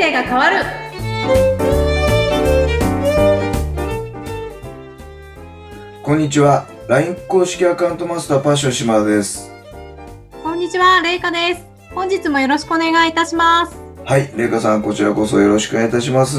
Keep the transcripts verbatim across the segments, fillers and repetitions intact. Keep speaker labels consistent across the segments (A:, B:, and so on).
A: 生が変わる。
B: こんにちは。ライン 公式アカウントマスターパッション島田です。
A: こんにちは、れいかです。本日もよろしくお願いいたします。
B: はい、れいかさん、こちらこそよろしくお願いいたします。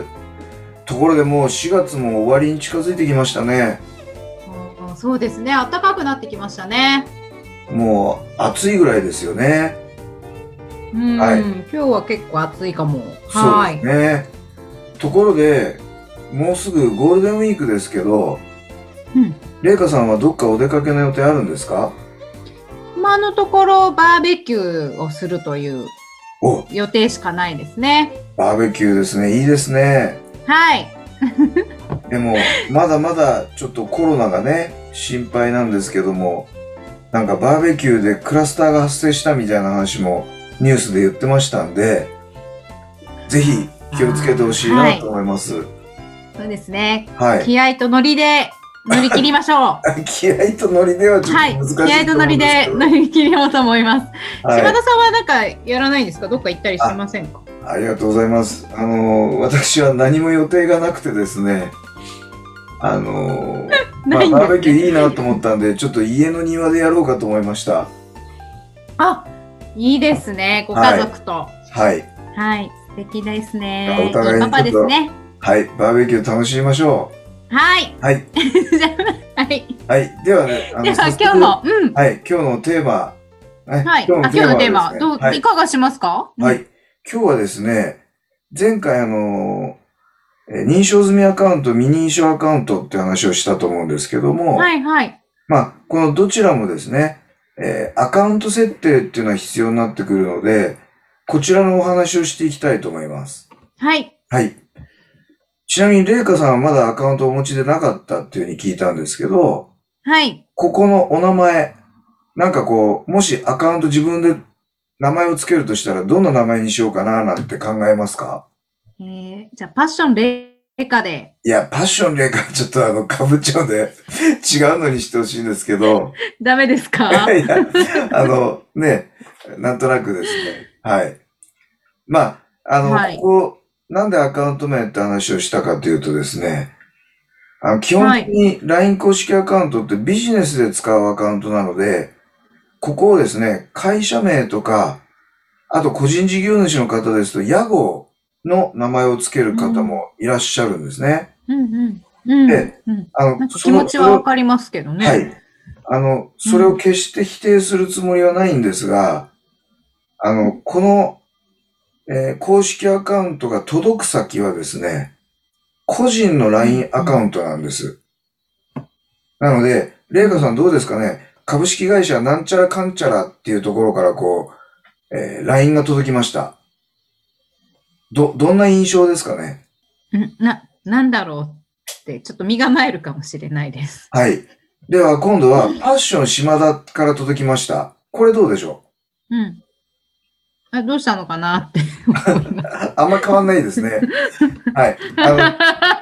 B: ところでもうしがつも終わりに近づいてきましたね。
A: あ、そうですね。暖かくなってきましたね。
B: もう暑いぐらいですよね。
A: うん、
B: はい、
A: 今日は結構暑いかも。
B: そうですね。ところで、もうすぐゴールデンウィークですけど、
A: うん、
B: れいかさんはどっかお出かけの予定あるんですか？
A: 今のところバーベキューをするという
B: お、
A: 予定しかないですね。
B: バーベキューですね。いいですね。
A: はい。
B: でも、まだまだちょっとコロナがね、心配なんですけども、なんかバーベキューでクラスターが発生したみたいな話もニュースで言ってましたんで、ぜひ気をつけてほしいなと思います。
A: そうですね。
B: はい。
A: 気合とノリで乗り切りましょう。
B: 気合とノリではちょっと難しいと思うんですけど。
A: はい、気合とノリで乗り切ろうと思います。
B: はい、
A: 島田さんはなんかやらないんですか？どっか行ったりしてませんか？
B: あ、ありがとうございます。あのー、私は何も予定がなくてですね、あのー、まあ、バーベキューいいなと思ったんで、ちょっと家の庭でやろうかと思いました。
A: あ、いいですね。ご家族と。
B: はい。
A: はい。素敵ですね。
B: お互いに
A: いいパパですね。
B: はい。バーベキュー楽しみましょ
A: う。はい。
B: はい。
A: はい。
B: はい。ではね、
A: あの、では今日も、うん。
B: はい。今日のテーマ。
A: はい。今日のテーマ、どう、はい、いかがしますか？
B: はい。今日はですね、前回あの、認証済みアカウント、未認証アカウントって話をしたと思うんですけども、
A: はいはい。
B: まあ、このどちらもですね、えー、アカウント設定っていうのは必要になってくるので、こちらのお話をしていきたいと思います。
A: はい。
B: はい。ちなみに、れいかさんはまだアカウントをお持ちでなかったっていうふうに聞いたんですけど、
A: はい。
B: ここのお名前、なんかこう、もしアカウント自分で名前をつけるとしたら、どんな名前にしようかななんて考えますか？
A: えー、じゃあ、パッションれいかで。
B: いや、パッションれいかちょっとあの、被っちゃうんで、違うのにしてほしいんですけど。
A: ダメですか？
B: いや、あの、ね、なんとなくですね。はい。まあ、あの、はい、ここ、なんでアカウント名って話をしたかというとですね、あの基本的に ライン 公式アカウントってビジネスで使うアカウントなので、ここをですね、会社名とか、あと個人事業主の方ですと、屋号の名前をつける方もいらっしゃるんですね。
A: うんうんうん、で、うん、あの、なんか気持ちはわかりますけどね。
B: はい。あの、それを決して否定するつもりはないんですが、あの、この、えー、公式アカウントが届く先はですね、個人の ライン アカウントなんです。なので、れいかさんどうですかね、株式会社なんちゃらかんちゃらっていうところからこう、えー、ライン が届きました。ど、どんな印象ですかね？
A: んな、なんだろうって、ちょっと身構えるかもしれないです。
B: はい。では、今度は、パッション島田から届きました。これどうでしょ
A: う？うん。あ、どうしたのかなって思います。
B: あんま変わんないですね。はい。あの、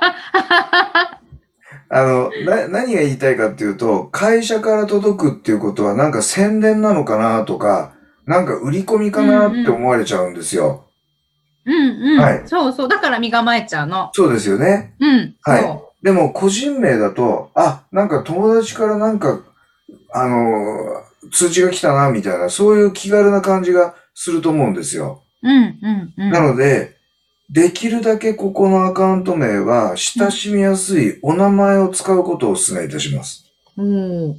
B: あの、な、何が言いたいかっていうと、会社から届くっていうことはなんか宣伝なのかなとか、なんか売り込みかなって思われちゃうんですよ。
A: うんうん。はい。そうそう。だから身構えちゃうの。
B: そうですよね。
A: うん。
B: はい。でも個人名だと、あ、なんか友達からなんか、あの、通知が来たな、みたいな、そういう気軽な感じがすると思うんですよ。
A: うんうんうん。
B: なので、できるだけここのアカウント名は親しみやすいお名前を使うことをお勧めいたします。
A: うん。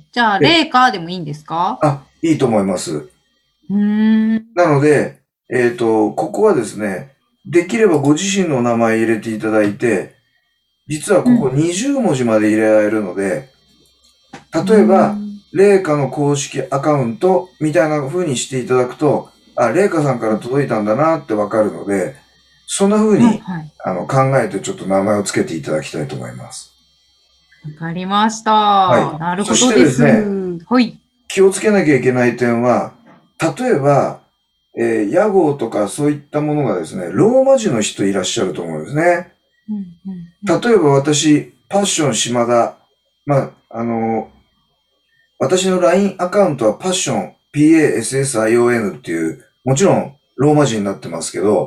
A: じゃあ、レイカーでもいいんですか？
B: あ、いいと思います。
A: うーん。
B: なので、えっと、ここはですね、できればご自身のお名前入れていただいて、実はここにじゅうもじまで入れられるので、例えば、レイカの公式アカウントみたいな風にしていただくと、あ、レイカさんから届いたんだなってわかるので、そんな風に、はいはい、あの考えてちょっと名前をつけていただきたいと思います。
A: わかりました。
B: はい。
A: なるほどです。
B: そしてですね、
A: はい。
B: 気をつけなきゃいけない点は、例えば、えー、屋号とかそういったものがですね、ローマ字の人いらっしゃると思うんですね。うんうんうん、例えば私、パッション島田、まあ、あの、私の ライン アカウントはパッション、パッション っていう、もちろんローマ字になってますけど、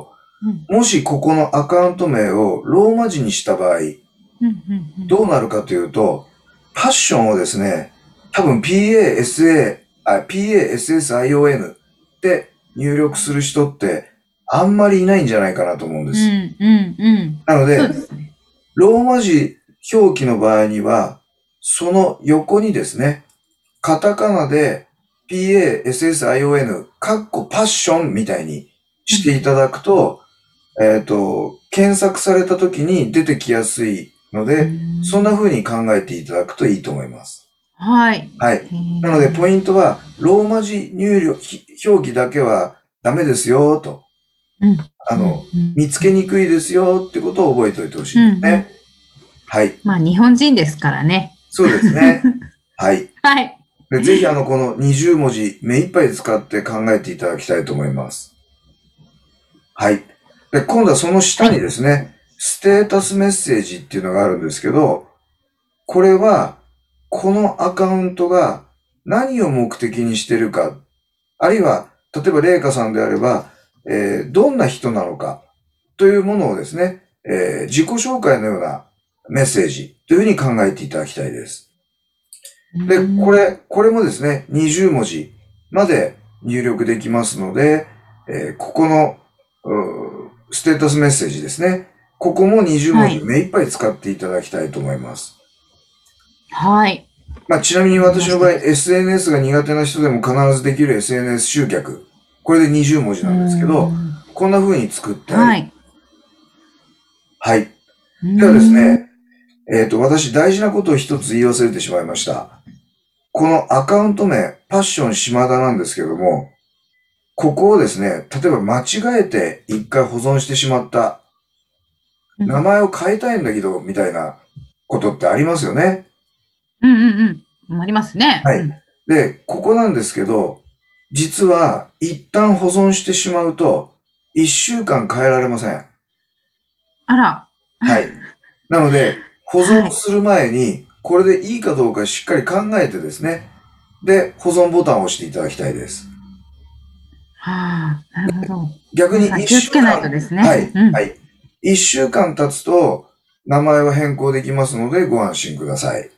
A: うん
B: もしここのアカウント名をローマ字にした場合、
A: うんうんうん
B: どうなるかというと、パッションをですね、多分 ピーエーエスエー、あ、ピーエーエスエスアイオーエヌ って入力する人ってあんまりいないんじゃないかなと思うんで
A: う
B: す。
A: んうんうん。
B: なの
A: そう
B: で、
A: ですね。
B: ローマ字表記の場合には、その横にですね、カタカナで ピーエーエスエスアイオーエヌ、カッコパッションみたいにしていただくと、えっと、検索された時に出てきやすいので、そんな風に考えていただくといいと思います。
A: はい。
B: はい。なので、ポイントは、ローマ字入力、表記だけはダメですよ、と。
A: うん
B: あの、
A: うん
B: 見つけにくいですよ、ってことを覚えておいてほしいですね。はい。
A: まあ、日本人ですからね。
B: そうですね。はい。
A: はい。
B: でぜひ、あの、このにじゅう文字、目いっぱい使って考えていただきたいと思います。はい。で、今度はその下にですね、ステータスメッセージっていうのがあるんですけど、これは、このアカウントが何を目的にしてるか、あるいは、例えば、レイカさんであれば、えーどんな人なのかというものをですね、えー自己紹介のようなメッセージというふうに考えていただきたいです。で、これ、これもですね、にじゅう文字まで入力できますので、えーここの、うーステータスメッセージですね。ここもにじゅう文字
A: はい
B: 目いっぱい使っていただきたいと思います。
A: はい。
B: まあ、ちなみに私の場合、エスエヌエス が苦手な人でも必ずできる エスエヌエス 集客。これでにじゅう文字なんですけど、こんな風に作ってあり、
A: はい。
B: はい。ではですね、えっと、私大事なことを一つ言い忘れてしまいました。このアカウント名、パッション島田なんですけども、ここをですね、例えば間違えて一回保存してしまった、
A: うん。
B: 名前を変えたいんだけど、みたいなことってありますよね。
A: うんうんうん。ありますね。
B: はい
A: うん
B: で、ここなんですけど、実は一旦保存してしまうと、一週間変えられません。
A: あら。
B: はい。なので、保存する前に、これでいいかどうかしっかり考えてですね。で、保存ボタンを押していただきたいです。
A: はあ、なるほど。
B: 逆に
A: 皆さん
B: 一週
A: 気をつけないと
B: 間、
A: ですね。
B: はい、
A: うん
B: はい。一週間経つと、名前は変更できますので、ご安心ください。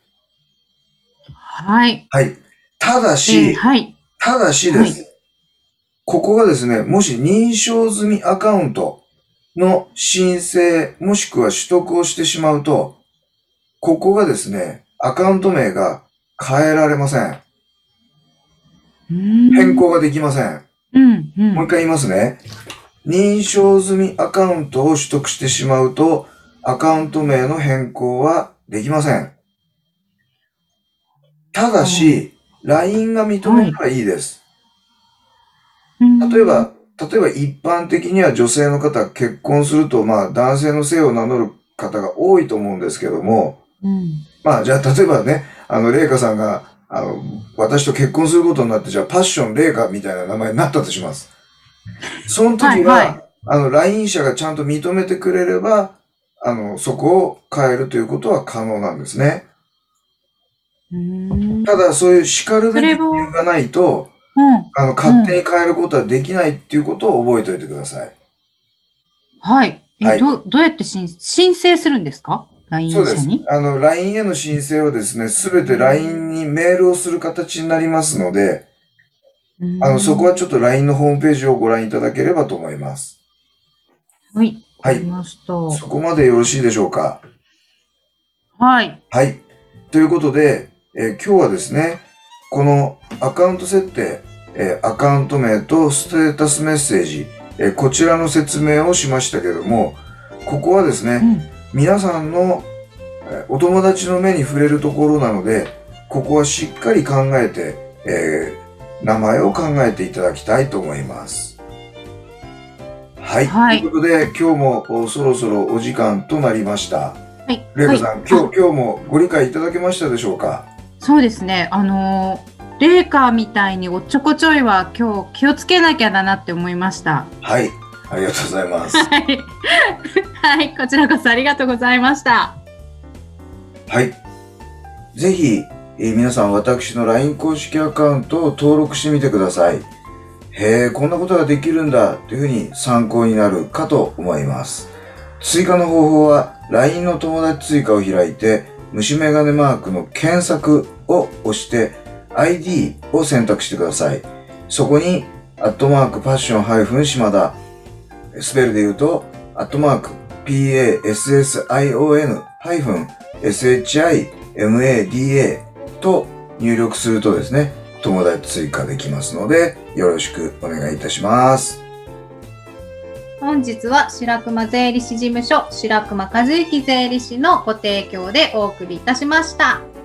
A: はい。
B: はい。ただ
A: えー
B: し、
A: はい。
B: ただしです。ここがですね、もし認証済みアカウントの申請、もしくは取得をしてしまうと、ここがですね、アカウント名が変えられません。
A: うん
B: 変更ができません。
A: うんうん。
B: もう一回言いますね。認証済みアカウントを取得してしまうと、アカウント名の変更はできません。ただし、ライン が認めればいいです。例えば、例えば一般的には女性の方、結婚すると、まあ男性の姓を名乗る方が多いと思うんですけども、
A: うん、
B: まあじゃあ例えばね、あの、レイカさんが、あの、私と結婚することになって、じゃあパッションレイカみたいな名前になったとします。その時は、
A: はいはい
B: あの、ライン 社がちゃんと認めてくれれば、あの、そこを変えるということは可能なんですね。
A: うん
B: ただ、そういう叱るべき理由がないと、
A: うん
B: あの、勝手に変えることはできないっていうことを覚えておいてください。
A: はい。え、
B: はい
A: ど、どうやって申申請するんですか ?ライン
B: そうです
A: 社に。。
B: あの、ライン への申請をですね、すべて ライン にメールをする形になりますので、
A: うん
B: あの、そこはちょっと ライン のホームページをご覧いただければと思います。
A: はい。
B: はい
A: わかりました。
B: そこまでよろしいでしょうか。
A: はい。
B: はい。ということで、えー今日はですね、このアカウント設定、えーアカウント名とステータスメッセージ、えーこちらの説明をしましたけども、ここはですね、
A: うん。
B: 皆さんのえーお友達の目に触れるところなので、ここはしっかり考えて、えー名前を考えていただきたいと思います。はい。
A: はい
B: ということで、今日もおそろそろお時間となりました。
A: はい。
B: レイカさん、
A: はい
B: 今日、今日もご理解いただけましたでしょうか？
A: そうですね。あのー、レーカーみたいにおっちょこちょいは今日気をつけなきゃだなって思いました。
B: はい。ありがとうございます。
A: はい。はい。こちらこそありがとうございました。
B: はい。ぜひ、えー皆さん私の ライン 公式アカウントを登録してみてください。 へえ、こんなことができるんだというふうに参考になるかと思います。追加の方法は ライン の友達追加を開いて虫眼鏡マークの検索を押して アイディー を選択してください。そこにアットマークパッションハイフン島田、スペルで言うとアットマーク パッションハイフンシマダ と入力するとですね、友達追加できますのでよろしくお願いいたします。
A: 本日は白熊税理士事務所白熊和之税理士のご提供でお送りいたしました。